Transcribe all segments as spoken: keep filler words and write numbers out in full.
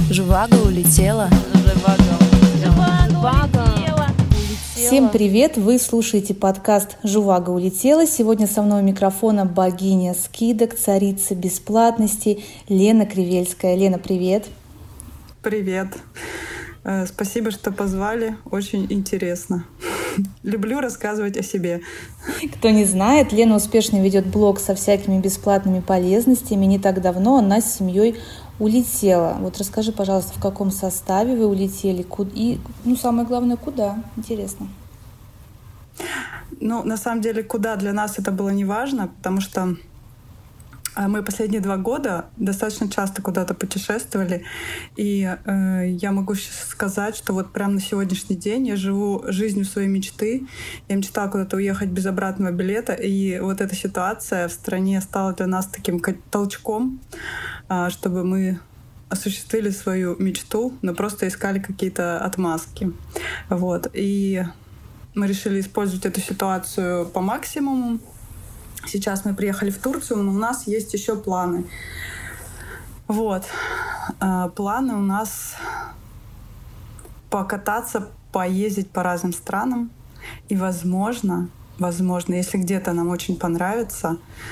Жвага улетела. Всем привет! Вы слушаете подкаст «Жвага улетела». Сегодня со мной у микрофона богиня скидок, царица бесплатности Лена Кривельская. Лена, привет! Привет! Спасибо, что позвали. Очень интересно. Люблю рассказывать о себе. Кто не знает, Лена успешно ведет блог со всякими бесплатными полезностями. Не так давно она с семьей улетела. Вот расскажи, пожалуйста, в каком составе вы улетели, куда, и, ну, самое главное, куда? Интересно. Ну, на самом деле, куда для нас это было не важно, потому что мы последние два года достаточно часто куда-то путешествовали, и э, я могу сказать, что вот прямо на сегодняшний день я живу жизнью своей мечты. Я мечтала куда-то уехать без обратного билета, и вот эта ситуация в стране стала для нас таким толчком, э, чтобы мы осуществили свою мечту, но просто искали какие-то отмазки. Вот. И мы решили использовать эту ситуацию по максимуму. Сейчас мы приехали в Турцию, но у нас есть еще планы. Вот. Планы у нас покататься, поездить по разным странам. И, возможно, возможно, если где-то нам очень понравится,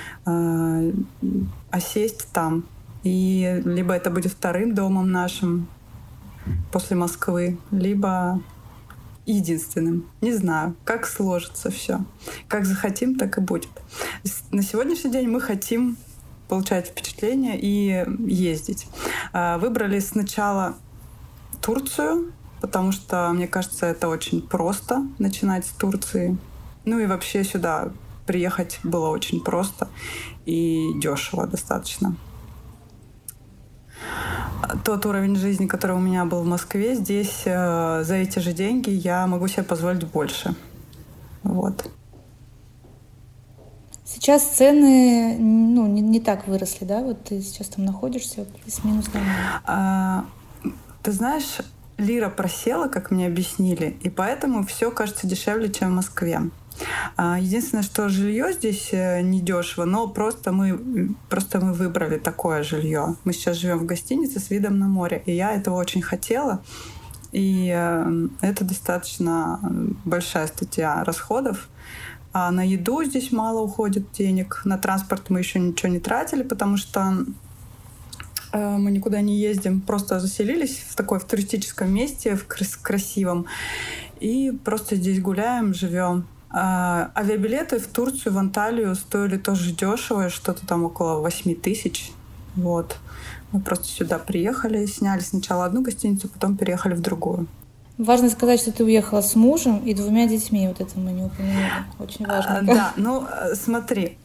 осесть там. И либо это будет вторым домом нашим после Москвы, либо единственным. Не знаю, как сложится все. Как захотим, так и будет. На сегодняшний день мы хотим получать впечатления и ездить. Выбрали сначала Турцию, потому что, мне кажется, это очень просто начинать с Турции. Ну и вообще сюда приехать было очень просто и дешево достаточно. Тот уровень жизни, который у меня был в Москве, здесь э, за эти же деньги я могу себе позволить больше. Вот. Сейчас цены, ну, не, не так выросли, да? Вот ты сейчас там находишься, плюс-минус нормально. А, ты знаешь, лира просела, как мне объяснили, и поэтому все кажется дешевле, чем в Москве. Единственное, что жилье здесь недешево, но просто мы, просто мы выбрали такое жилье. Мы сейчас живем в гостинице с видом на море, и я этого очень хотела. И это достаточно большая статья расходов. А на еду здесь мало уходит денег. На транспорт мы еще ничего не тратили, потому что мы никуда не ездим. Просто заселились в такое в туристическом месте, в красивом. И просто здесь гуляем, живем. А, авиабилеты в Турцию, в Анталию стоили тоже дешево, что-то там около восемь тысяч. Вот. Мы просто сюда приехали, сняли сначала одну гостиницу, потом переехали в другую. Важно сказать, что ты уехала с мужем и двумя детьми. Вот это мы не упомянули. Очень важно. А, да, ну смотри.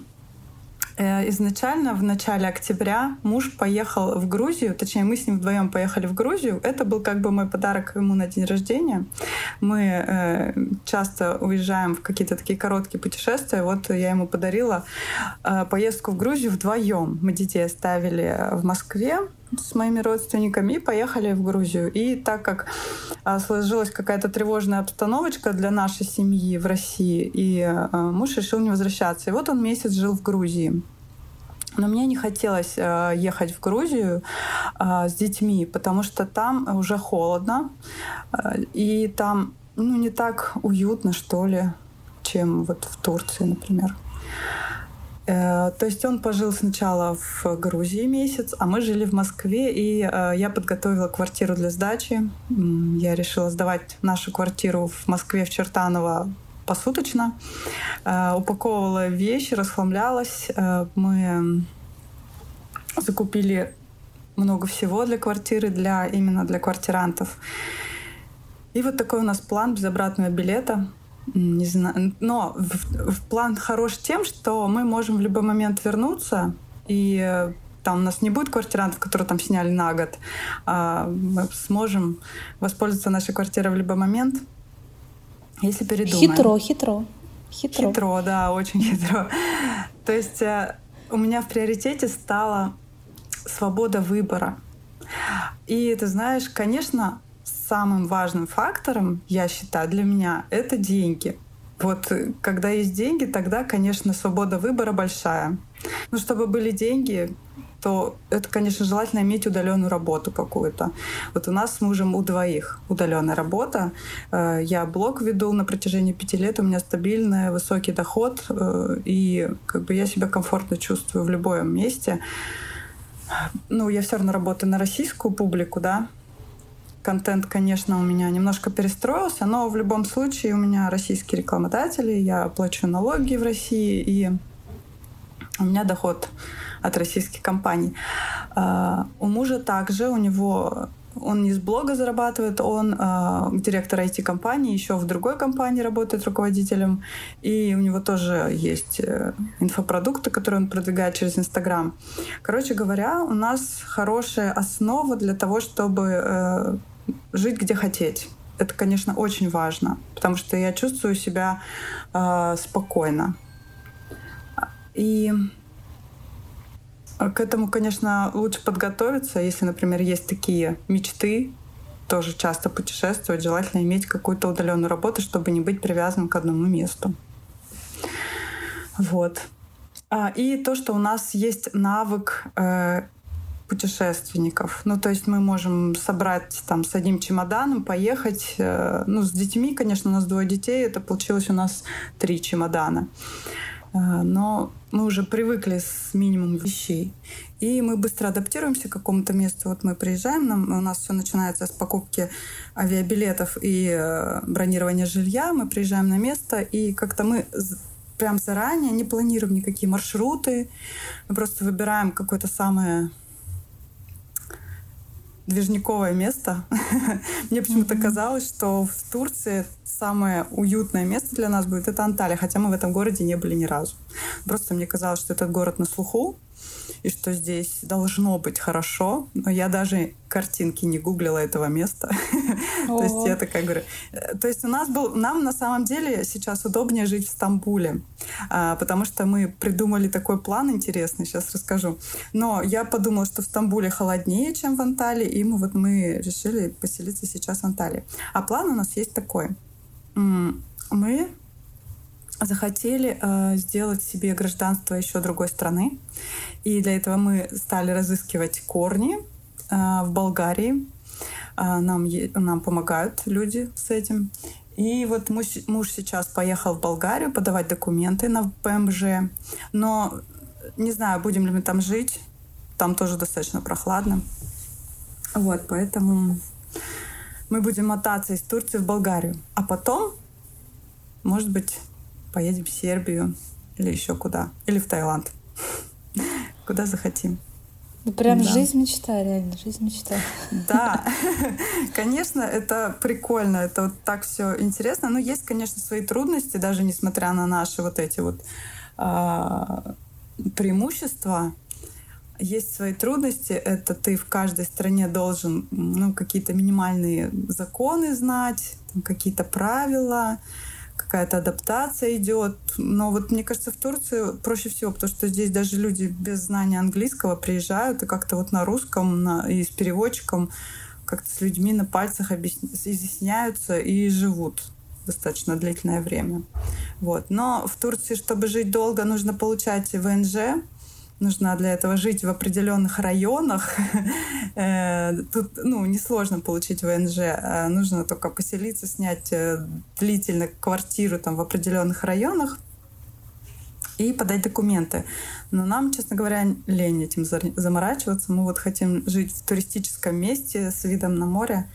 Изначально в начале октября муж поехал в Грузию, точнее мы с ним вдвоем поехали в Грузию. Это был как бы мой подарок ему на день рождения. Мы э, часто уезжаем в какие-то такие короткие путешествия. Вот я ему подарила э, поездку в Грузию вдвоем. Мы детей оставили в Москве с моими родственниками и поехали в Грузию. И так как э, сложилась какая-то тревожная обстановочка для нашей семьи в России, и э, муж решил не возвращаться. И вот он месяц жил в Грузии. Но мне не хотелось э, ехать в Грузию э, с детьми, потому что там уже холодно, э, и там ну, не так уютно, что ли, чем вот в Турции, например. Э, то есть он пожил сначала в Грузии месяц, а мы жили в Москве, и э, я подготовила квартиру для сдачи. Я решила сдавать нашу квартиру в Москве, в Чертаново, посуточно. Э, упаковывала вещи, расхламлялась. Э, мы закупили много всего для квартиры, для, именно для квартирантов. И вот такой у нас план без обратного билета. Не знаю. Но в, в план хорош тем, что мы можем в любой момент вернуться, и там у нас не будет квартирантов, которые там сняли на год. А мы сможем воспользоваться нашей квартирой в любой момент, если передумаем. Хитро, хитро. Хитро, хитро да, очень хитро. То есть у меня в приоритете стала свобода выбора. И ты знаешь, конечно, самым важным фактором, я считаю, для меня — это деньги. Вот когда есть деньги, тогда, конечно, свобода выбора большая. Но чтобы были деньги, то это, конечно, желательно иметь удаленную работу какую-то. Вот у нас с мужем у двоих удаленная работа. Я блог веду на протяжении пяти лет, у меня стабильный, высокий доход, и как бы я себя комфортно чувствую в любом месте. Ну, я все равно работаю на российскую публику, да. Контент, конечно, у меня немножко перестроился, но в любом случае у меня российские рекламодатели, я плачу налоги в России, и у меня доход от российских компаний. Uh, у мужа также, у него он не с блога зарабатывает, он uh, директор ай ти-компании, еще в другой компании работает руководителем, и у него тоже есть uh, инфопродукты, которые он продвигает через Инстаграм. Короче говоря, у нас хорошая основа для того, чтобы uh, жить где хотеть. Это, конечно, очень важно, потому что я чувствую себя uh, спокойно. И к этому, конечно, лучше подготовиться. Если, например, есть такие мечты, тоже часто путешествовать, желательно иметь какую-то удаленную работу, чтобы не быть привязанным к одному месту. Вот. И то, что у нас есть навык э, путешественников. Ну, то есть мы можем собрать там с одним чемоданом, поехать. Э, ну, с детьми, конечно, у нас двое детей, это получилось у нас три чемодана. Но мы уже привыкли с минимумом вещей. И мы быстро адаптируемся к какому-то месту. Вот мы приезжаем, нам, у нас все начинается с покупки авиабилетов и бронирования жилья. Мы приезжаем на место, и как-то мы прям заранее не планируем никакие маршруты. Мы просто выбираем какое-то самое движниковое место. Мне почему-то казалось, что в Турции самое уютное место для нас будет — это Анталия, хотя мы в этом городе не были ни разу. Просто мне казалось, что этот город на слуху, и что здесь должно быть хорошо, но я даже картинки не гуглила этого места. То есть я такая говорю... То есть у нас был... Нам на самом деле сейчас удобнее жить в Стамбуле, потому что мы придумали такой план интересный, сейчас расскажу. Но я подумала, что в Стамбуле холоднее, чем в Анталии, и мы вот мы решили поселиться сейчас в Анталии. А план у нас есть такой. Мы захотели э, сделать себе гражданство еще другой страны. И для этого мы стали разыскивать корни э, в Болгарии. Э, нам, нам помогают люди с этим. И вот муж, муж сейчас поехал в Болгарию подавать документы на ПМЖ. Но не знаю, будем ли мы там жить. Там тоже достаточно прохладно. Вот, поэтому мы будем мотаться из Турции в Болгарию. А потом, может быть, поедем в Сербию или еще куда. Или в Таиланд. Куда захотим. Ну, прям да. Жизнь мечта, реально, жизнь мечта. Да, конечно, это прикольно, это вот так все интересно. Но есть, конечно, свои трудности, даже несмотря на наши вот эти вот а, преимущества. Есть свои трудности. Это ты в каждой стране должен, ну, какие-то минимальные законы знать, там, какие-то правила, какая-то адаптация идет. Но вот мне кажется, в Турции проще всего, потому что здесь даже люди без знания английского приезжают и как-то вот на русском на, и с переводчиком как-то с людьми на пальцах объясня, изъясняются и живут достаточно длительное время. Вот. Но в Турции, чтобы жить долго, нужно получать ВНЖ. Нужно для этого жить в определенных районах. Тут, ну, несложно получить ВНЖ. Нужно только поселиться, снять длительно квартиру там в определенных районах и подать документы. Но нам, честно говоря, лень этим заморачиваться. Мы вот хотим жить в туристическом месте с видом на море.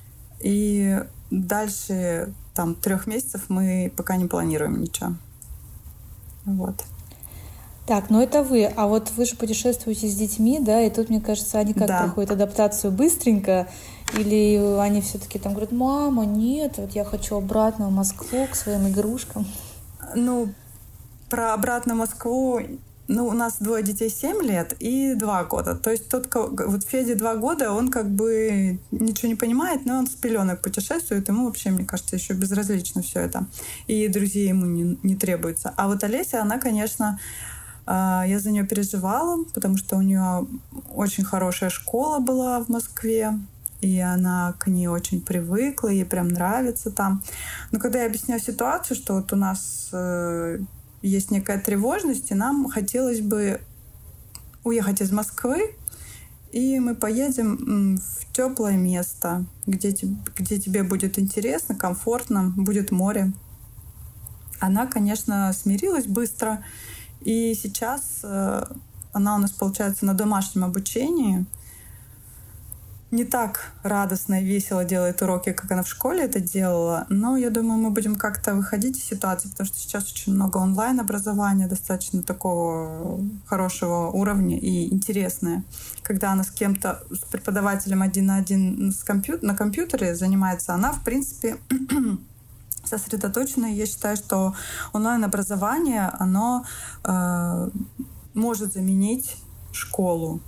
И дальше там трех месяцев мы пока не планируем ничего. Вот. Так, ну это вы. А вот вы же путешествуете с детьми, да, и тут, мне кажется, они как да. проходят адаптацию быстренько, или они все-таки там говорят: мама, нет, вот я хочу обратно в Москву к своим игрушкам. Ну, про обратно в Москву, ну, у нас двое детей, семь лет и два года. То есть тот, вот Феде два года, он как бы ничего не понимает, но он с пеленок путешествует, ему вообще, мне кажется, еще безразлично все это. И друзей ему не, не требуется. А вот Олеся, она, конечно... Я за нее переживала, потому что у нее очень хорошая школа была в Москве. и она к ней очень привыкла, ей прям нравится там. Но когда я объясняю ситуацию, что вот у нас э, есть некая тревожность, и нам хотелось бы уехать из Москвы, и мы поедем в теплое место, где, где тебе будет интересно, комфортно, будет море. Она, конечно, смирилась быстро, и сейчас э, она у нас, получается, на домашнем обучении. Не так радостно и весело делает уроки, как она в школе это делала, но я думаю, мы будем как-то выходить из ситуации, потому что сейчас очень много онлайн-образования, достаточно такого хорошего уровня и интересное. Когда она с кем-то, с преподавателем один на один с компью- на компьютере занимается, она, в принципе, сосредоточена. Я считаю, что онлайн-образование, оно э, может заменить школу.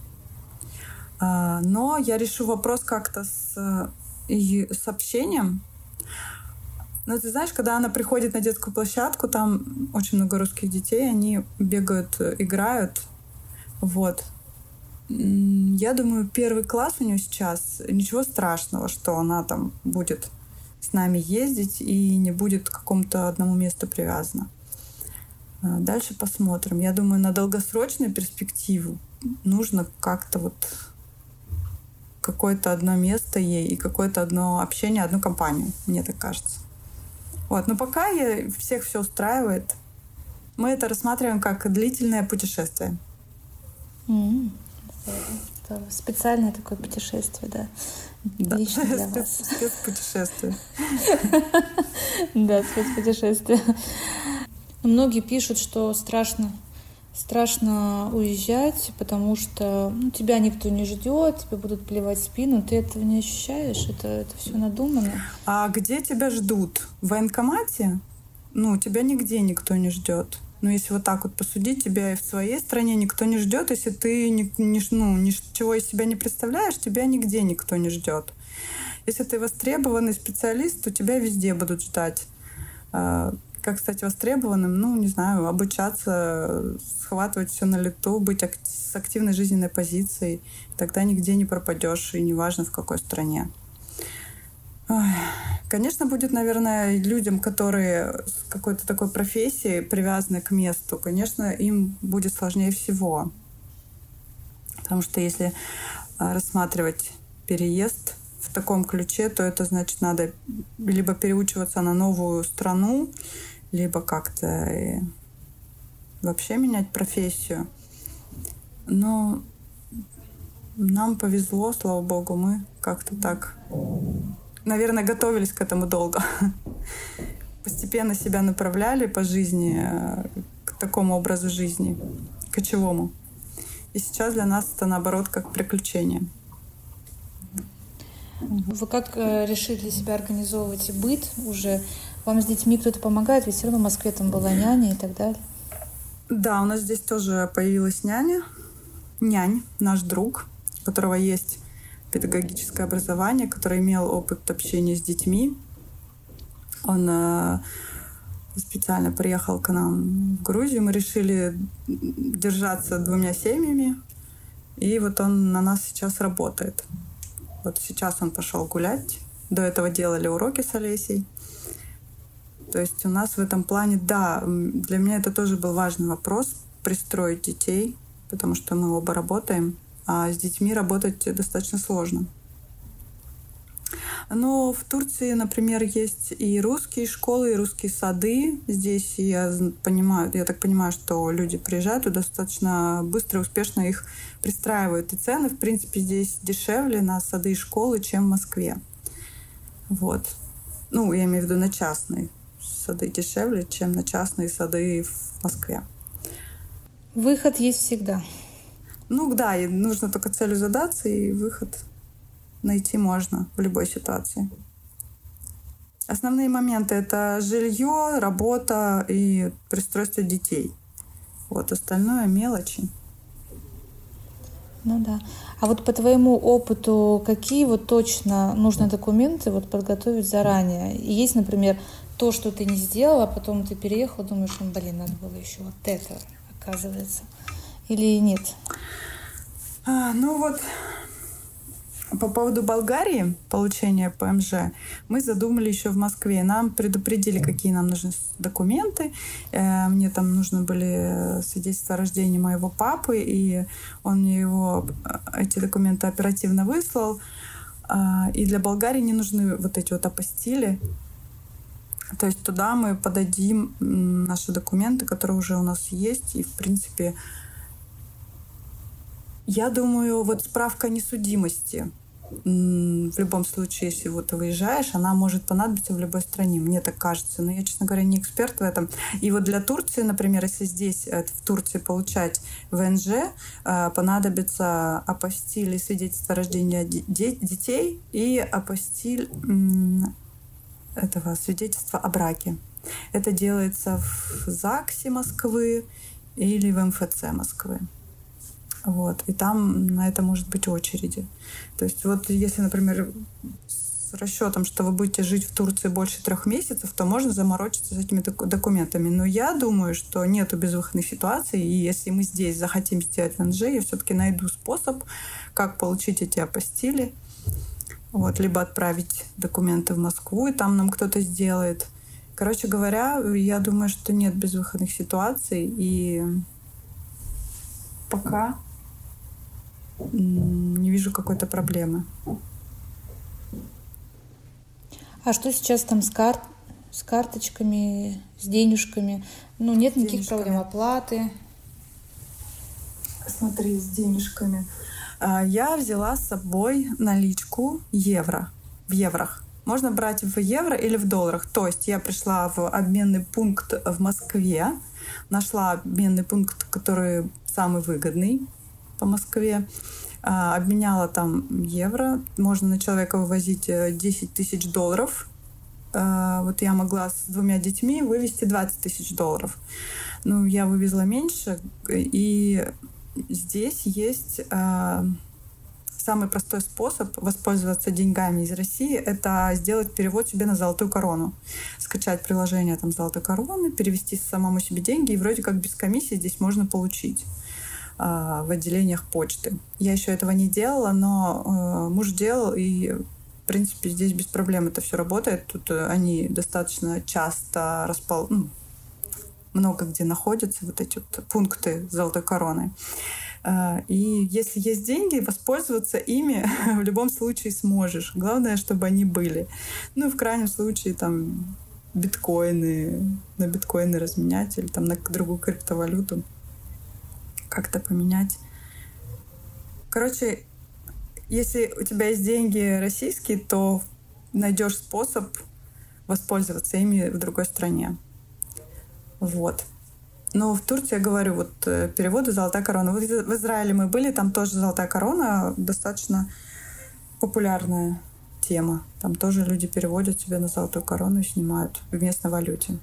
Но я решу вопрос как-то с, с общением. Но ты знаешь, когда она приходит на детскую площадку, там очень много русских детей, они бегают, играют. Вот. Я думаю, первый класс у нее сейчас, ничего страшного, что она там будет с нами ездить и не будет к какому-то одному месту привязана. Дальше посмотрим. Я думаю, на долгосрочную перспективу нужно как-то вот какое-то одно место ей и какое-то одно общение, одну компанию, мне так кажется. Вот. Но пока я, всех все устраивает. Мы это рассматриваем как длительное путешествие. Mm-hmm. Это специальное такое путешествие, да? Да. Лично для вас. Спецпутешествие. Да, спецпутешествие. Многие пишут, что страшно Страшно уезжать, потому что ну, тебя никто не ждет, тебе будут плевать в спину, ты этого не ощущаешь, это, это все надумано. А где тебя ждут? В военкомате? Ну, тебя нигде никто не ждет. Ну, если вот так вот посудить, тебя и в своей стране никто не ждет, если ты ни, ни, ну, ничего из себя не представляешь, тебя нигде никто не ждет. Если ты востребованный специалист, то тебя везде будут ждать. Как стать востребованным? Ну, не знаю, обучаться, схватывать все на лету, быть ак- с активной жизненной позицией. Тогда нигде не пропадешь, и неважно, в какой стране. Ой. Конечно, будет, наверное, людям, которые с какой-то такой профессией, привязаны к месту, конечно, им будет сложнее всего. Потому что если рассматривать переезд в таком ключе, то это значит, надо либо переучиваться на новую страну, либо как-то вообще менять профессию. Но нам повезло, слава богу, мы как-то так, наверное, готовились к этому долго. Постепенно себя направляли по жизни, к такому образу жизни, кочевому. И сейчас для нас это, наоборот, как приключение. Вы как решили для себя организовывать быт уже? Вам с детьми кто-то помогает? Ведь все равно в Москве там была няня и так далее. Да, у нас здесь тоже появилась няня. Нянь, наш друг, у которого есть педагогическое образование, который имел опыт общения с детьми. Он э, специально приехал к нам в Грузию. Мы решили держаться двумя семьями. И вот он на нас сейчас работает. Вот сейчас он пошел гулять. До этого делали уроки с Олесей. То есть у нас в этом плане, да, для меня это тоже был важный вопрос — пристроить детей, потому что мы оба работаем, а с детьми работать достаточно сложно. Но в Турции, например, есть и русские школы, и русские сады. Здесь я понимаю, я так понимаю, что люди приезжают и достаточно быстро и успешно их пристраивают. И цены, в принципе, здесь дешевле на сады и школы, чем в Москве. Вот. Ну, я имею в виду на частные сады дешевле, чем на частные сады в Москве. Выход есть всегда. Ну да, и нужно только целью задаться, и выход найти можно в любой ситуации. Основные моменты — это жилье, работа и пристройство детей. Вот остальное — мелочи. Ну да. А вот по твоему опыту, какие вот точно нужно документы вот подготовить заранее? И есть, например, то, что ты не сделала, а потом ты переехала, думаешь, ну, блин, надо было еще вот это, оказывается. Или нет? А, ну вот, По поводу Болгарии, получения ПМЖ, мы задумали еще в Москве. Нам предупредили, какие нам нужны документы. Мне там нужны были свидетельства о рождении моего папы, и он мне его, эти документы оперативно выслал. И для Болгарии не нужны вот эти вот апостили. То есть туда мы подадим наши документы, которые уже у нас есть. И, в принципе, я думаю, вот справка о несудимости, в любом случае, если вот ты выезжаешь, она может понадобиться в любой стране, мне так кажется. Но я, честно говоря, не эксперт в этом. И вот для Турции, например, если здесь, в Турции, получать ВНЖ, понадобится апостиль и свидетельство о рождении детей и апостиль этого свидетельства о браке. Это делается в ЗАГСе Москвы или в МФЦ Москвы. Вот. И там на это может быть очереди. То есть вот если, например, с расчетом, что вы будете жить в Турции больше трех месяцев, то можно заморочиться с этими документами. Но я думаю, что нету безвыходных ситуаций, и если мы здесь захотим сделать ВНЖ, я все-таки найду способ, как получить эти апостили. Вот. Либо отправить документы в Москву, и там нам кто-то сделает. Короче говоря, я думаю, что нет безвыходных ситуаций, и пока не вижу какой-то проблемы. А что сейчас там с, кар... с карточками, с денежками? Ну, нет никаких денежками. проблем оплаты? Смотри, с денежками. Я взяла с собой наличку евро, в еврох. Можно брать в евро или в долларах. То есть я пришла в обменный пункт в Москве, нашла обменный пункт, который самый выгодный по Москве, обменяла там евро. Можно на человека вывозить десять тысяч долларов. Вот я могла с двумя детьми вывезти двадцать тысяч долларов. Ну, я вывезла меньше. И здесь есть самый простой способ воспользоваться деньгами из России — это сделать перевод себе на золотую корону. Скачать приложение там золотой короны, перевести самому себе деньги, и вроде как без комиссии здесь можно получить в отделениях почты. Я еще этого не делала, но э, муж делал, и, в принципе, здесь без проблем это все работает. Тут они достаточно часто распол... ну, много где находятся, вот эти вот пункты золотой короны. Э, и если есть деньги, воспользоваться ими в любом случае сможешь. Главное, чтобы они были. Ну, в крайнем случае, там, биткоины, на биткоины разменять или там на другую криптовалюту как-то поменять. Короче, если у тебя есть деньги российские, то найдешь способ воспользоваться ими в другой стране. Вот. Но в Турции, я говорю, вот переводы «Золотая корона». Вот в Израиле мы были, там тоже «Золотая корона» достаточно популярная тема. Там тоже люди переводят себе на «Золотую корону» и снимают в местной валюте.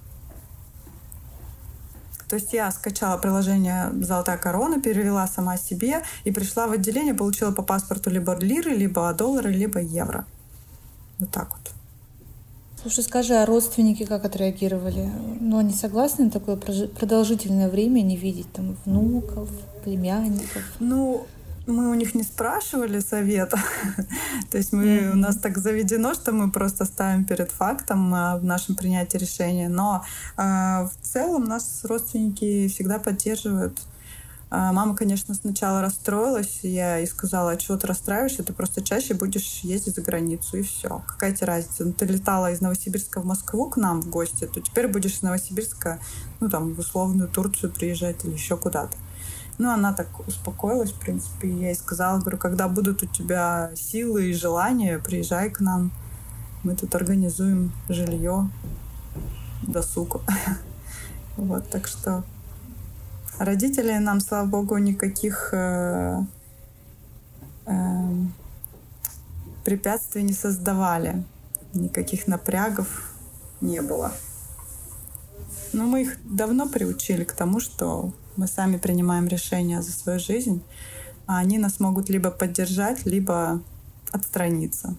То есть я скачала приложение «Золотая корона», перевела сама себе и пришла в отделение, получила по паспорту либо лиры, либо доллары, либо евро. Вот так вот. Слушай, скажи, а родственники как отреагировали? Ну, они согласны на такое продолжительное время не видеть там внуков, племянников? Ну, мы у них не спрашивали совета. То есть мы, mm-hmm. у нас так заведено, что мы просто ставим перед фактом в нашем принятии решения. Но э, в целом нас родственники всегда поддерживают. Э, мама, конечно, сначала расстроилась. Я ей сказала: а чего ты расстраиваешься? Ты просто чаще будешь ездить за границу, и все. Какая тебе разница? Ну, ты летала из Новосибирска в Москву к нам в гости, то теперь будешь из Новосибирска, ну, там, в условную Турцию приезжать или еще куда-то. Ну, она так успокоилась, в принципе. Я ей сказала, говорю, когда будут у тебя силы и желания, приезжай к нам. Мы тут организуем жилье, досуг. Вот, так что родители нам, слава богу, никаких э, э, препятствий не создавали. Никаких напрягов не было. Но мы их давно приучили к тому, что мы сами принимаем решения за свою жизнь, а они нас могут либо поддержать, либо отстраниться.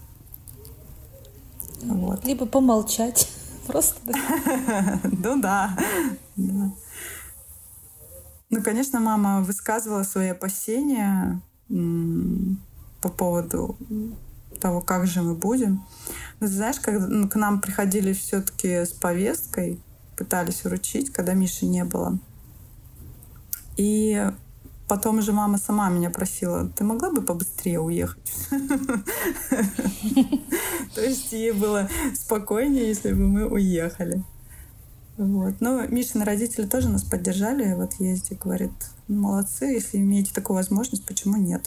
Вот. Либо помолчать. Просто. Ну да. Ну, конечно, мама высказывала свои опасения по поводу того, как же мы будем. Но ты знаешь, когда ну, к нам приходили все-таки с повесткой, пытались вручить, когда Миши не было. И потом же мама сама меня просила: ты могла бы побыстрее уехать? То есть ей было спокойнее, если бы мы уехали. Вот. Но Мишины родители тоже нас поддержали в отъезде. Говорит: молодцы, если имеете такую возможность, почему нет?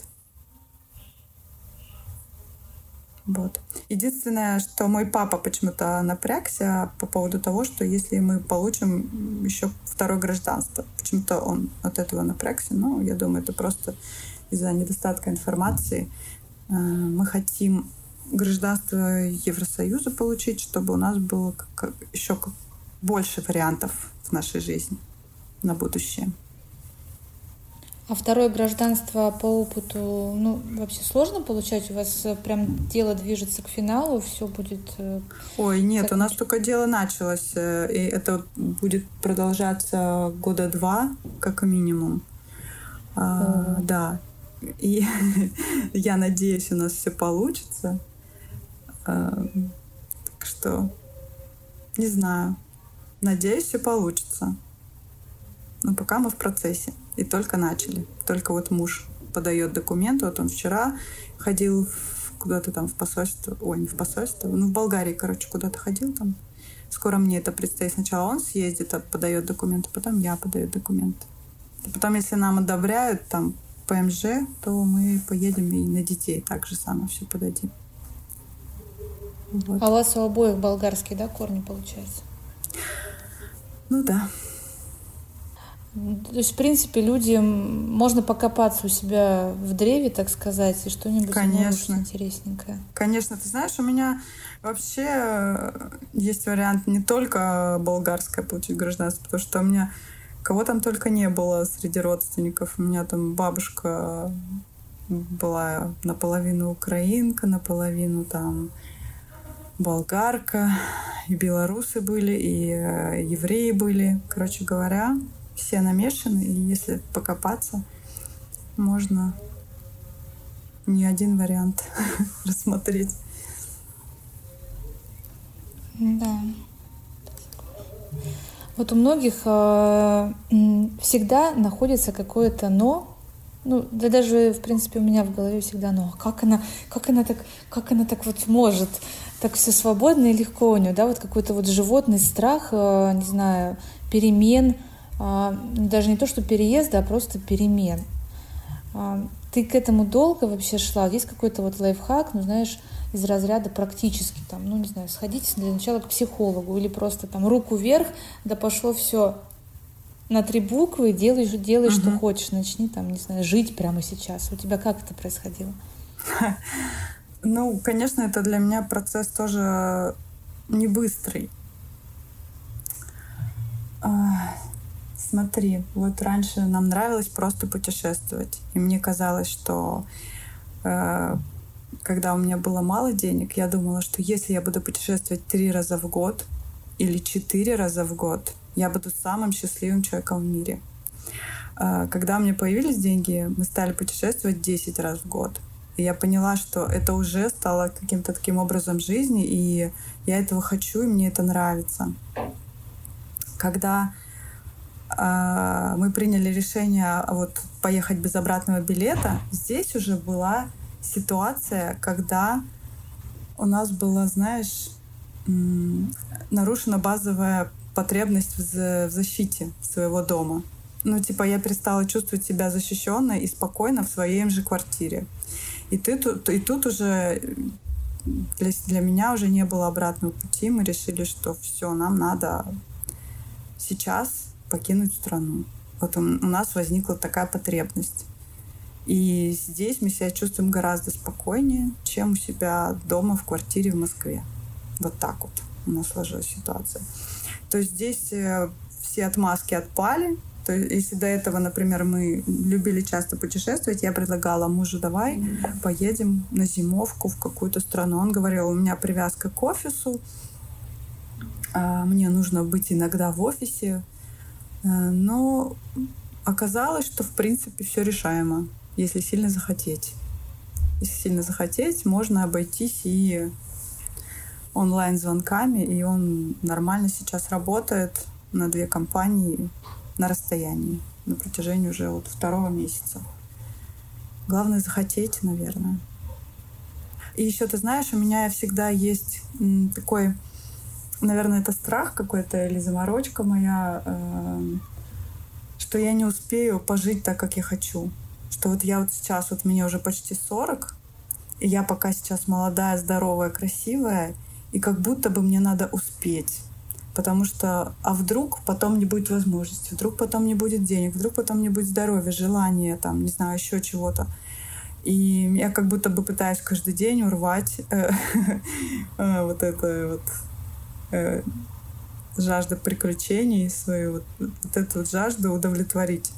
Вот. Единственное, что мой папа почему-то напрягся по поводу того, что если мы получим еще второе гражданство. Почему-то он от этого напрягся. Но я думаю, это просто из-за недостатка информации. Мы хотим гражданство Евросоюза получить, чтобы у нас было еще больше вариантов в нашей жизни на будущее. А второе гражданство по опыту, ну, вообще сложно получать? У вас прям дело движется к финалу, все будет... Ой, нет, закончено? У нас только дело началось, и это будет продолжаться года два, как минимум. А, да. И я надеюсь, у нас все получится. А, так что, не знаю. Надеюсь, все получится. Но пока мы в процессе. И только начали. Только вот муж подает документы. Вот он вчера ходил в, куда-то там в посольство. Ой, не в посольство. Ну, в Болгарии, короче, куда-то ходил там. Скоро мне это предстоит. Сначала он съездит, подает документы, потом я подаю документы. И потом, если нам одобряют там ПМЖ, то мы поедем и на детей так же само все подадим. Вот. А у вас у обоих болгарские, да, корни, получается? Ну да. То есть, в принципе, людям можно покопаться у себя в древе, так сказать, и что-нибудь Конечно. интересненькое. Конечно. Ты знаешь, у меня вообще есть вариант не только болгарское получить гражданство, потому что у меня кого там только не было среди родственников. У меня там бабушка была наполовину украинка, наполовину там болгарка, и белорусы были, и евреи были. Короче говоря, все намешаны, и если покопаться, можно не один вариант рассмотреть. Да. Вот у многих э, всегда находится какое-то «но». Ну, да даже, в принципе, у меня в голове всегда «но». Как она, как она, так, как она так вот может? Так все свободно и легко у нее, да? Вот какой-то вот животный страх, э, не знаю, перемен. Даже не то, что переезда, а просто перемен. Ты к этому долго вообще шла? Есть какой-то вот лайфхак, ну, знаешь, из разряда практически, там, ну, не знаю, сходите для начала к психологу или просто там руку вверх, да пошло все на три буквы, делай, делай, uh-huh. что хочешь, начни там, не знаю, жить прямо сейчас. У тебя как это происходило? Ну, конечно, это для меня процесс тоже не быстрый. Смотри, вот раньше нам нравилось просто путешествовать. И мне казалось, что э, когда у меня было мало денег, я думала, что если я буду путешествовать три раза в год или четыре раза в год, я буду самым счастливым человеком в мире. Э, когда у меня появились деньги, мы стали путешествовать десять раз в год. И я поняла, что это уже стало каким-то таким образом жизни, и я этого хочу, и мне это нравится. Когда мы приняли решение вот поехать без обратного билета, здесь уже была ситуация, когда у нас была, знаешь, нарушена базовая потребность в защите своего дома. Ну, типа, я перестала чувствовать себя защищенной и спокойно в своей же квартире. И, ты, тут, и тут уже для, для меня уже не было обратного пути. Мы решили, что все, нам надо сейчас покинуть страну. Вот у нас возникла такая потребность. И здесь мы себя чувствуем гораздо спокойнее, чем у себя дома в квартире в Москве. Вот так вот у нас сложилась ситуация. То есть здесь все отмазки отпали. То есть, если до этого, например, мы любили часто путешествовать, я предлагала мужу: давай поедем на зимовку в какую-то страну. Он говорил: у меня привязка к офису, мне нужно быть иногда в офисе. Но оказалось, что в принципе все решаемо, если сильно захотеть. если сильно захотеть, можно обойтись и онлайн-звонками, и он нормально сейчас работает на две компании на расстоянии на протяжении уже вот второго месяца. Главное захотеть, наверное. И еще, ты знаешь, у меня всегда есть такой, наверное, это страх какой-то или заморочка моя, что я не успею пожить так, как я хочу. Что вот я вот сейчас, вот мне уже почти сорок, и я пока сейчас молодая, здоровая, красивая, и как будто бы мне надо успеть. Потому что, а вдруг потом не будет возможности, вдруг потом не будет денег, вдруг потом не будет здоровья, желания, там, не знаю, еще чего-то. И я как будто бы пытаюсь каждый день урвать э, э, вот это вот э, жажда приключений, свою вот, вот эту вот жажду удовлетворить.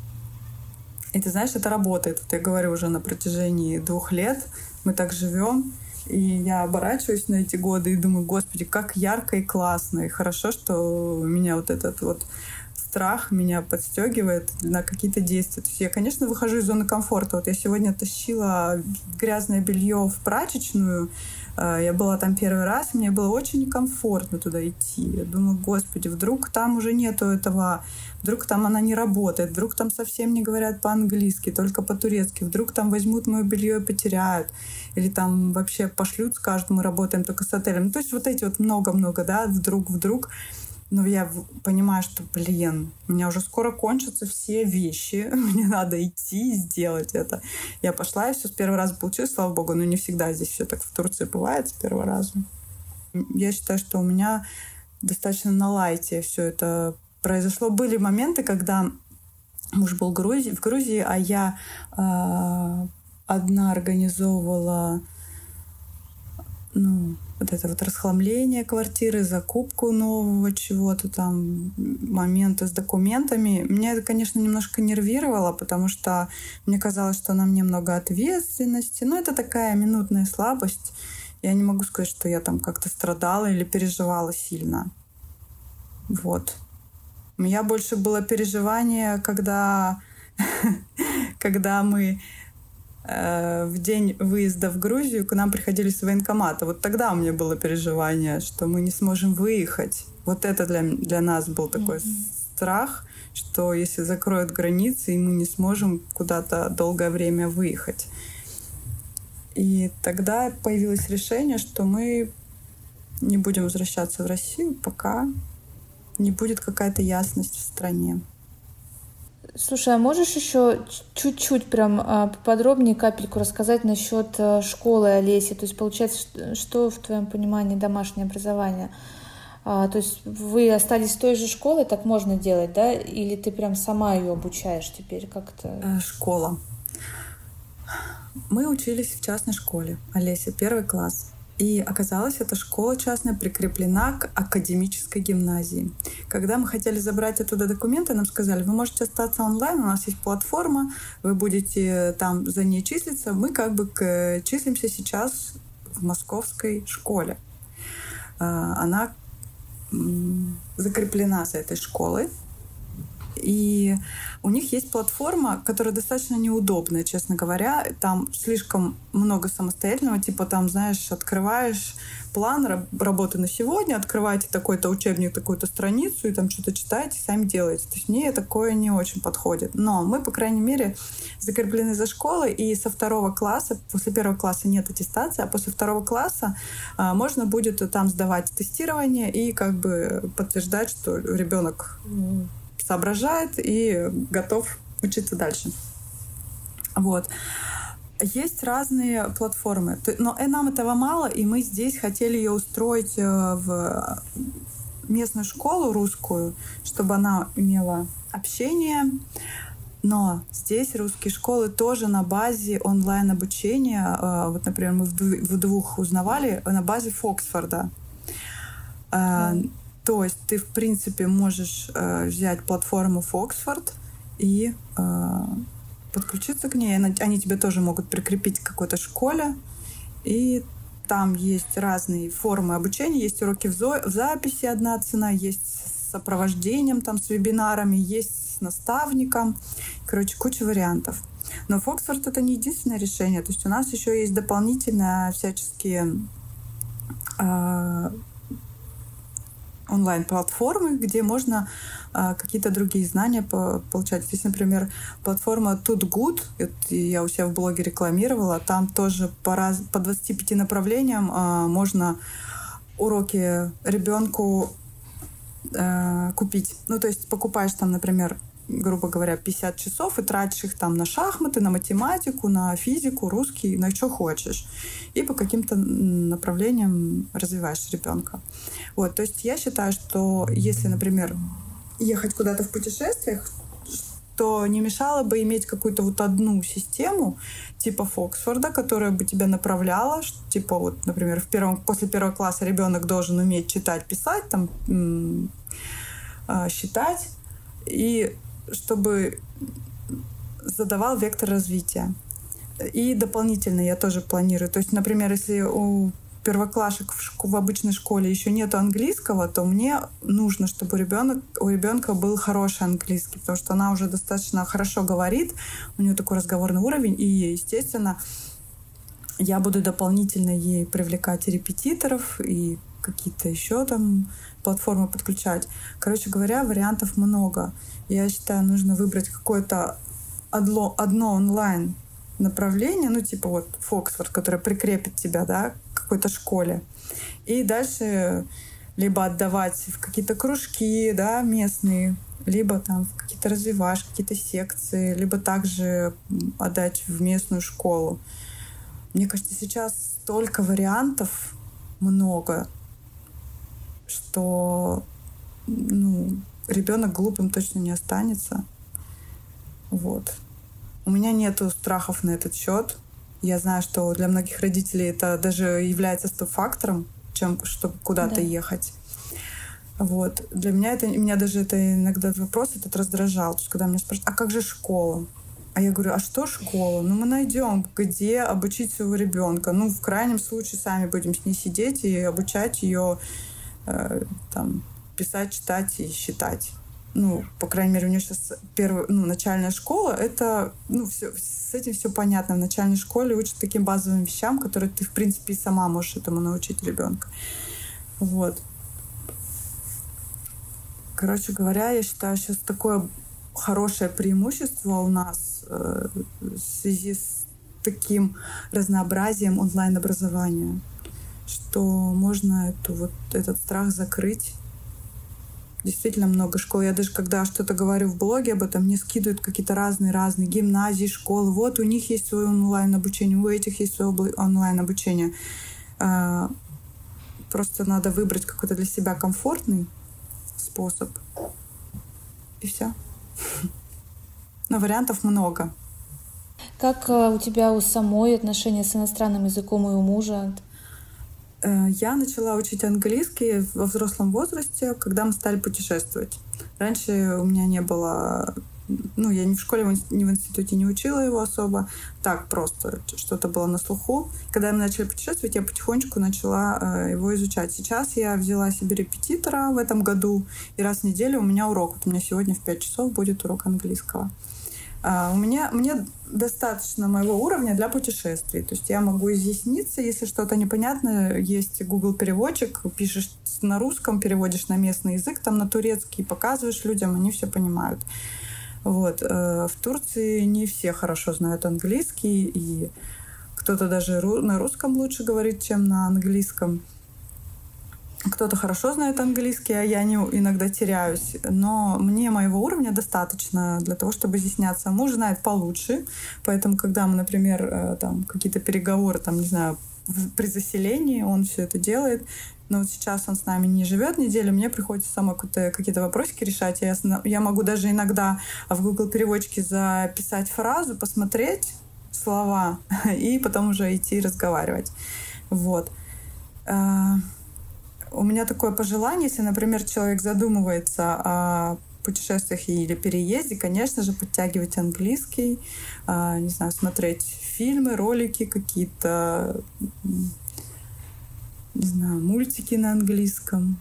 И ты знаешь, это работает. Вот я говорю уже на протяжении двух лет мы так живем. И я оборачиваюсь на эти годы и думаю, господи, как ярко и классно. И хорошо, что у меня вот этот вот страх меня подстегивает на какие-то действия. То есть я, конечно, выхожу из зоны комфорта. Вот я сегодня тащила грязное белье в прачечную. Я была там первый раз, мне было очень некомфортно туда идти. Я думаю, господи, вдруг там уже нету этого, вдруг там она не работает, вдруг там совсем не говорят по-английски, только по-турецки, вдруг там возьмут мое белье и потеряют, или там вообще пошлют, скажут, мы работаем только с отелем. Ну, то есть вот эти вот много-много, да, вдруг-вдруг. Но я понимаю, что, блин, у меня уже скоро кончатся все вещи, мне надо идти и сделать это. Я пошла, и все с первого раза получилось, слава богу, но не всегда здесь все так в Турции бывает с первого раза. Я считаю, что у меня достаточно на лайте все это произошло. Были моменты, когда муж был в Грузии, в Грузии а я э, одна организовывала, ну, вот это вот расхламление квартиры, закупку нового чего-то там, моменты с документами. Меня это, конечно, немножко нервировало, потому что мне казалось, что на мне много ответственности. Но это такая минутная слабость. Я не могу сказать, что я там как-то страдала или переживала сильно. Вот. У меня больше было переживание, когда, когда мы в день выезда в Грузию к нам приходили с военкомата. Вот тогда у меня было переживание, что мы не сможем выехать. Вот это для, для нас был такой mm-hmm. страх, что если закроют границы, и мы не сможем куда-то долгое время выехать. И тогда появилось решение, что мы не будем возвращаться в Россию, пока не будет какая-то ясность в стране. Слушай, а можешь еще чуть-чуть прям поподробнее капельку рассказать насчет школы Олеси? То есть получается, что в твоем понимании домашнее образование? А, то есть вы остались в той же школе, так можно делать, да? Или ты прям сама ее обучаешь теперь как-то? Школа. Мы учились в частной школе Олеся, первый класс. И оказалось, эта школа частная прикреплена к академической гимназии. Когда мы хотели забрать оттуда документы, нам сказали, вы можете остаться онлайн, у нас есть платформа, вы будете там за ней числиться. Мы как бы к, числимся сейчас в московской школе. Она закреплена за этой школой. И у них есть платформа, которая достаточно неудобная, честно говоря. Там слишком много самостоятельного, типа там, знаешь, открываешь план работы на сегодня, открываете такой-то учебник, такую-то страницу и там что-то читаете, сами делаете. То есть мне такое не очень подходит. Но мы, по крайней мере, закреплены за школой, и со второго класса, после первого класса нет аттестации, а после второго класса а, можно будет там сдавать тестирование и как бы подтверждать, что ребенок соображает и готов учиться дальше. Вот. Есть разные платформы, но нам этого мало, и мы здесь хотели ее устроить в местную школу русскую, чтобы она имела общение. Но здесь русские школы тоже на базе онлайн-обучения. Вот, например, мы в двух узнавали на базе Фоксфорда. Mm. То есть ты, в принципе, можешь э, взять платформу Foxford и э, подключиться к ней. Они тебе тоже могут прикрепить к какой-то школе. И там есть разные формы обучения. Есть уроки в, зо- в записи, одна цена, есть с сопровождением, там, с вебинарами, есть с наставником. Короче, куча вариантов. Но Фоксфорд — это не единственное решение. То есть у нас еще есть дополнительно всяческие э, онлайн-платформы, где можно э, какие-то другие знания по- получать. Здесь, например, платформа ToodGood, это я у себя в блоге рекламировала, там тоже по, раз, по двадцати пяти направлениям э, можно уроки ребенку э, купить. Ну, то есть покупаешь там, например, грубо говоря, пятьдесят часов и тратишь их там на шахматы, на математику, на физику, русский, на что хочешь. И по каким-то направлениям развиваешь ребенка. Вот, то есть я считаю, что если, например, ехать куда-то в путешествиях, то не мешало бы иметь какую-то вот одну систему типа Фоксфорда, которая бы тебя направляла, типа вот, например, в первом, после первого класса ребенок должен уметь читать, писать, там, м- э, считать, и чтобы задавал вектор развития. И дополнительно я тоже планирую. То есть, например, если у первоклашек в, шко- в обычной школе еще нет английского, то мне нужно, чтобы ребенок, у ребенка был хороший английский, потому что она уже достаточно хорошо говорит, у нее такой разговорный уровень, и, естественно, я буду дополнительно ей привлекать и репетиторов, и какие-то еще там платформы подключать. Короче говоря, вариантов много. Я считаю, нужно выбрать какое-то одно, одно онлайн направление, ну типа вот Фоксфорд, которое прикрепит тебя, да, к какой-то школе. И дальше либо отдавать в какие-то кружки, да, местные, либо там в какие-то развивашки, какие-то секции, либо также отдать в местную школу. Мне кажется, сейчас столько вариантов много, что ну, ребенок глупым точно не останется. Вот. У меня нету страхов на этот счет. Я знаю, что для многих родителей это даже является стоп-фактором, чем чтобы куда-то Да. ехать. Вот. Для меня это, меня даже это иногда вопрос этот раздражал. То есть, когда меня спрашивают, а как же школа? А я говорю, а что школа? Ну, мы найдем, где обучить своего ребенка. Ну, в крайнем случае, сами будем с ней сидеть и обучать ее э, там, писать, читать и считать. Ну, по крайней мере, у нее сейчас первая, ну, начальная школа, это, ну, все, с этим все понятно. В начальной школе учат таким базовым вещам, которые ты, в принципе, и сама можешь этому научить ребенка. Вот. Короче говоря, я считаю, сейчас такое хорошее преимущество у нас э, в связи с таким разнообразием онлайн-образования, что можно эту, вот, этот страх закрыть. Действительно много школ. Я даже когда что-то говорю в блоге об этом, мне скидывают какие-то разные-разные гимназии, школы. Вот у них есть свое онлайн-обучение, у этих есть свое онлайн-обучение. Э, просто надо выбрать какой-то для себя комфортный способ. И все. Но вариантов много. Как э, у тебя у самой отношения с иностранным языком и у мужа? Э, Я начала учить английский во взрослом возрасте, когда мы стали путешествовать. Раньше у меня не было... Ну, я ни в школе, ни в институте не учила его особо. Так просто что-то было на слуху. Когда мы начали путешествовать, я потихонечку начала э, его изучать. Сейчас я взяла себе репетитора в этом году, и раз в неделю у меня урок. Вот у меня сегодня в пять часов будет урок английского. Uh, у меня, мне достаточно моего уровня для путешествий. То есть я могу изъясниться, если что-то непонятно. Есть Google переводчик, пишешь на русском, переводишь на местный язык, там на турецкий, показываешь людям, они все понимают. Вот. Uh, в Турции не все хорошо знают английский, и кто-то даже ру- на русском лучше говорит, чем на английском. Кто-то хорошо знает английский, а я не, иногда теряюсь. Но мне моего уровня достаточно для того, чтобы изъясняться. Муж знает получше, поэтому, когда мы, например, там, какие-то переговоры, там, не знаю, при заселении, он все это делает. Но вот сейчас он с нами не живет неделю, мне приходится самой какие-то вопросики решать. Я, я могу даже иногда в Google переводчике записать фразу, посмотреть слова и потом уже идти разговаривать. Вот. У меня такое пожелание, если, например, человек задумывается о путешествиях или переезде, конечно же, подтягивать английский, не знаю, смотреть фильмы, ролики какие-то, не знаю, мультики на английском,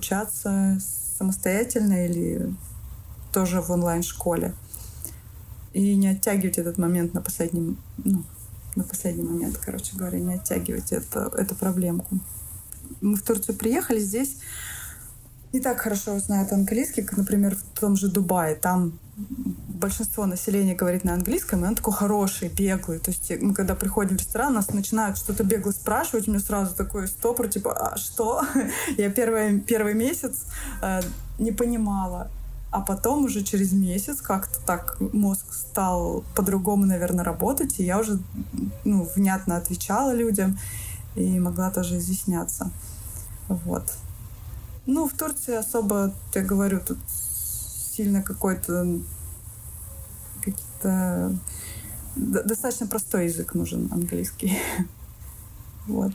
обучаться самостоятельно или тоже в онлайн-школе. и не оттягивать этот момент на последний, ну, на последний момент, короче говоря, не оттягивать это, эту проблемку. Мы в Турцию приехали, здесь не так хорошо знают английский, как, например, в том же Дубае. Там большинство населения говорит на английском, и он такой хороший, беглый. То есть мы когда приходим в ресторан, нас начинают что-то бегло спрашивать, у меня сразу такой стопор, типа, а что? Я первый, первый месяц э, не понимала. А потом уже через месяц как-то так мозг стал по-другому, наверное, работать, и я уже ну, внятно отвечала людям и могла тоже изъясняться. Вот. Ну, в Турции особо, я говорю, тут сильно какой-то какие-то достаточно простой язык нужен, английский. Вот.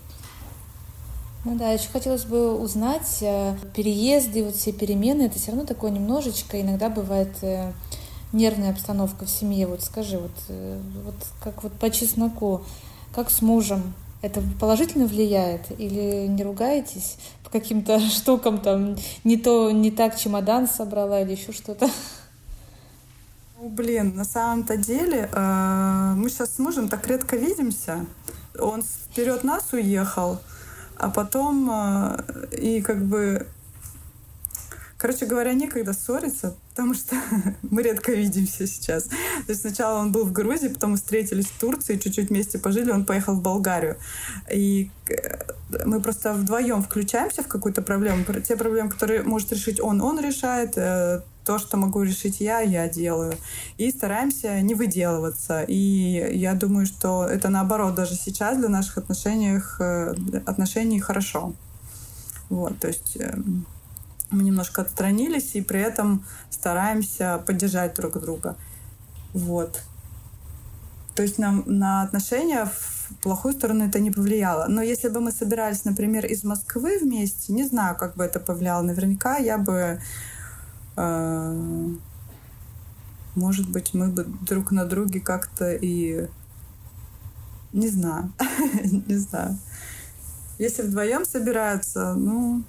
Ну да, еще хотелось бы узнать, переезды, вот все перемены, это все равно такое немножечко, иногда бывает нервная обстановка в семье. Вот скажи, вот, вот как вот по чесноку, как с мужем, это положительно влияет или не ругаетесь по каким-то штукам, там, не то, не так чемодан собрала или еще что-то? Ну, блин, на самом-то деле э, мы сейчас с мужем так редко видимся. Он вперед нас уехал, а потом э, и как бы... Короче говоря, некогда ссориться, потому что мы редко видимся сейчас. То есть сначала он был в Грузии, потом мы встретились в Турции, чуть-чуть вместе пожили, он поехал в Болгарию. И мы просто вдвоем включаемся в какую-то проблему. Те проблемы, которые может решить он, он решает. То, что могу решить я, я делаю. И стараемся не выделываться. И я думаю, что это наоборот даже сейчас для наших отношений, отношений хорошо. Вот, то есть... Мы немножко отстранились и при этом стараемся поддержать друг друга. Вот. То есть нам на отношения в плохую сторону это не повлияло. Но если бы мы собирались, например, из Москвы вместе, не знаю, как бы это повлияло. Наверняка я бы... Э, может быть, мы бы друг на друге как-то и... Не знаю. Не знаю. Если вдвоем собираются, ну...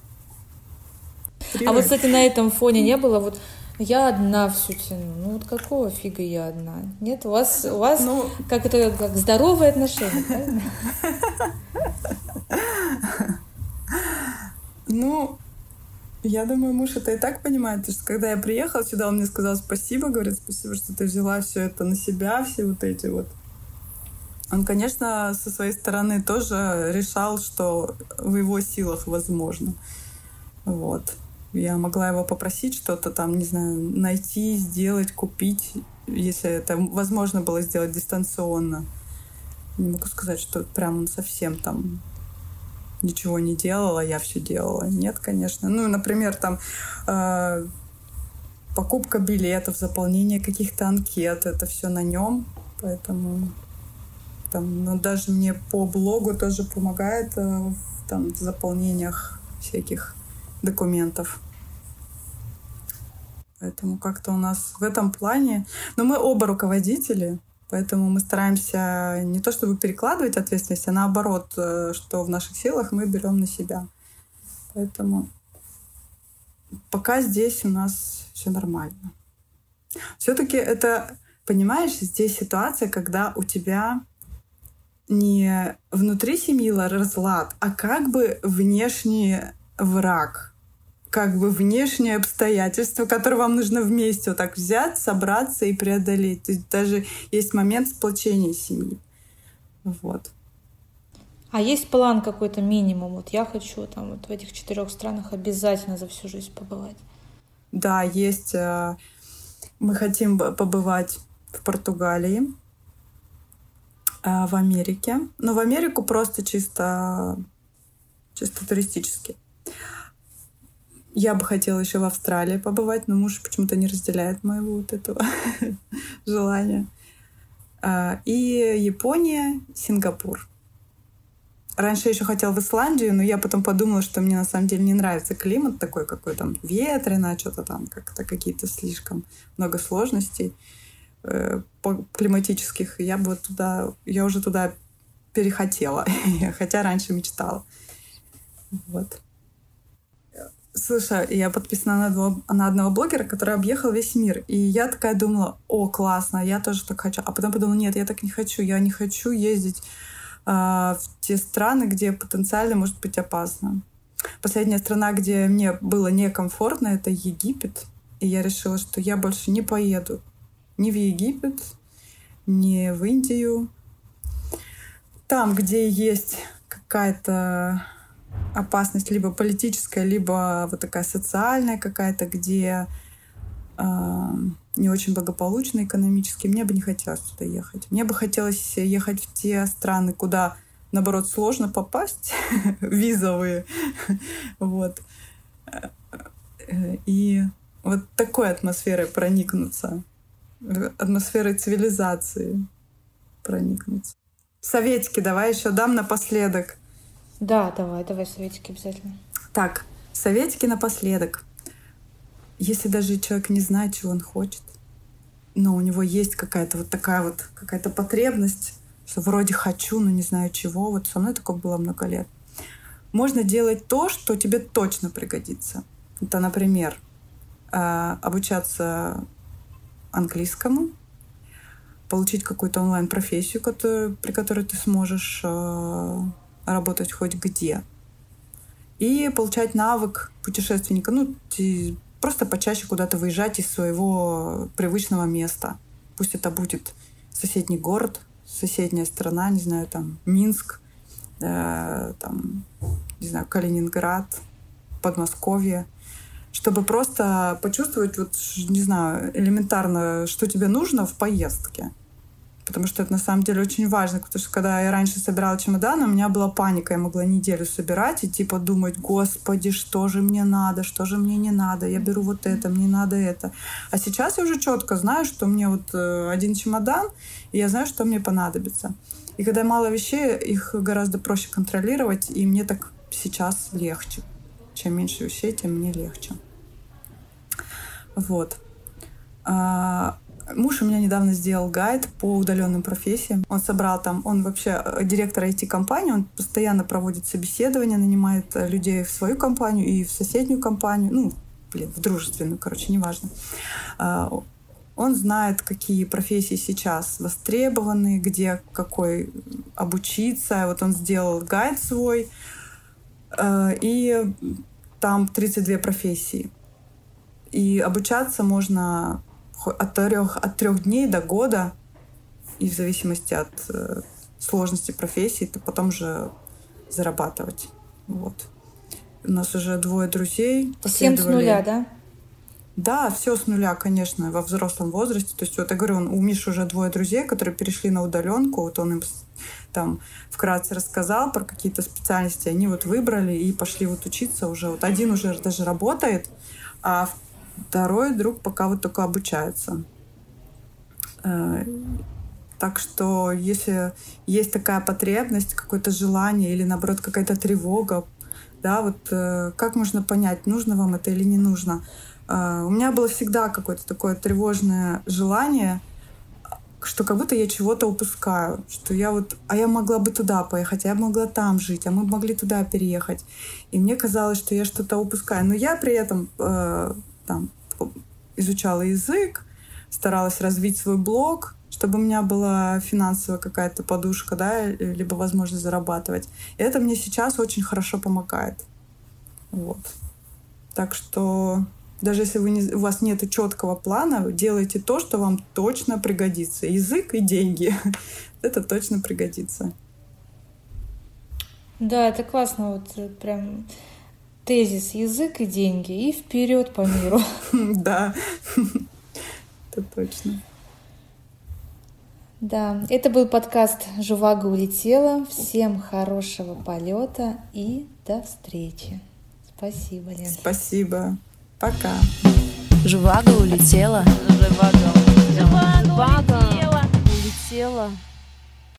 А вот, кстати, на этом фоне не было вот я одна всю тяну. Ну вот какого фига я одна? Нет, у вас у вас ну, как это как здоровые отношения, правильно? Ну, я думаю, муж это и так понимает. Потому что когда я приехала сюда, он мне сказал спасибо, говорит, спасибо, что ты взяла все это на себя, все вот эти вот. Он, конечно, со своей стороны тоже решал, что в его силах возможно. Вот. Я могла его попросить что-то там, не знаю, найти, сделать, купить, если это возможно было сделать дистанционно. Не могу сказать, что прям он совсем там ничего не делал, а я все делала. Нет, конечно. Ну, например, там э, покупка билетов, заполнение каких-то анкет, это все на нем, поэтому там, ну, даже мне по блогу тоже помогает э, в там, заполнениях всяких документов. Поэтому как-то у нас в этом плане... Но мы оба руководители, поэтому мы стараемся не то чтобы перекладывать ответственность, а наоборот, что в наших силах мы берем на себя. Поэтому пока здесь у нас все нормально. Все-таки это, понимаешь, здесь ситуация, когда у тебя не внутри семьи разлад, а как бы внешний враг, как бы внешние обстоятельства, которые вам нужно вместе вот так взять, собраться и преодолеть. То есть даже есть момент сплочения семьи. Вот. А есть план какой-то минимум? Вот я хочу там вот в этих четырех странах обязательно за всю жизнь побывать. Да, есть. Мы хотим побывать в Португалии, в Америке. Но в Америку просто чисто, чисто туристически. Я бы хотела еще в Австралии побывать, но муж почему-то не разделяет моего вот этого желания. И Япония, Сингапур. Раньше я еще хотела в Исландию, но я потом подумала, что мне на самом деле не нравится климат такой, какой там ветрено, что-то там как-то какие-то слишком много сложностей климатических. Я бы туда, я уже туда перехотела, хотя раньше мечтала. Вот. Слушай, я подписана на одного, на одного блогера, который объехал весь мир. И я такая думала, о, классно, я тоже так хочу. А потом подумала, нет, я так не хочу. Я не хочу ездить э, в те страны, где потенциально может быть опасно. Последняя страна, где мне было некомфортно, это Египет. И я решила, что я больше не поеду ни в Египет, ни в Индию. Там, где есть какая-то опасность либо политическая, либо вот такая социальная какая-то, где э, не очень благополучно экономически, мне бы не хотелось туда ехать. Мне бы хотелось ехать в те страны, куда, наоборот, сложно попасть, визовые. Вот. И вот такой атмосферой проникнуться, атмосферой цивилизации проникнуться. Советики давай еще дам напоследок. Да, давай, давай советики обязательно. Так, советики напоследок. Если даже человек не знает, чего он хочет, но у него есть какая-то вот такая вот какая-то потребность, что вроде хочу, но не знаю чего. Вот со мной такое было много лет. Можно делать то, что тебе точно пригодится. Это, например, обучаться английскому, получить какую-то онлайн-профессию, которую, при которой ты сможешь э, работать хоть где. И получать навык путешественника. Ну, ты просто почаще куда-то выезжать из своего привычного места. Пусть это будет соседний город, соседняя страна, не знаю, там, Минск, э, там, не знаю, Калининград, Подмосковье. Чтобы просто почувствовать, вот, не знаю, элементарно, что тебе нужно в поездке. Потому что это на самом деле очень важно. Потому что когда я раньше собирала чемодан, у меня была паника. Я могла неделю собирать и типа думать, господи, что же мне надо, что же мне не надо. Я беру вот это, мне надо это. А сейчас я уже четко знаю, что мне вот один чемодан, и я знаю, что мне понадобится. И когда мало вещей, их гораздо проще контролировать, и мне так сейчас легче. Чем меньше вещей, тем мне легче. Вот. А, муж у меня недавно сделал гайд по удаленным профессиям. Он собрал там, он вообще директор ай ти-компании, он постоянно проводит собеседования, нанимает людей в свою компанию и в соседнюю компанию, ну, блин, в дружественную, короче, неважно. А, он знает, какие профессии сейчас востребованы, где какой обучиться. Вот он сделал гайд свой, и там тридцать две профессии. И обучаться можно от трех, от трех дней до года. И в зависимости от э, сложности профессии, ты потом же зарабатывать. Вот. У нас уже двое друзей. Всем с нуля, да? Да, все с нуля, конечно, во взрослом возрасте. То есть, вот я говорю, он, у Миши уже двое друзей, которые перешли на удаленку. Вот он им там вкратце рассказал про какие-то специальности. Они вот выбрали и пошли вот учиться уже. Вот один уже даже работает, а второй друг пока вот только обучается. Так что если есть такая потребность, какое-то желание или, наоборот, какая-то тревога, да, вот как можно понять, нужно вам это или не нужно? У меня было всегда какое-то такое тревожное желание, что как будто я чего-то упускаю, что я вот, а я могла бы туда поехать, а я могла там жить, а мы могли туда переехать. И мне казалось, что я что-то упускаю. Но я при этом э, там, изучала язык, старалась развить свой блог, чтобы у меня была финансовая какая-то подушка, да, либо возможность зарабатывать. И это мне сейчас очень хорошо помогает. Вот. Так что даже если вы не, у вас нет четкого плана, делайте то, что вам точно пригодится. Язык и деньги. Это точно пригодится. Да, это классно. Вот прям тезис язык и деньги. И вперед по миру. Да, это точно. Да, это был подкаст «Жувага улетела». Всем хорошего полета и до встречи. Спасибо, Лен. Спасибо. Пока. Жувага улетела. Жувага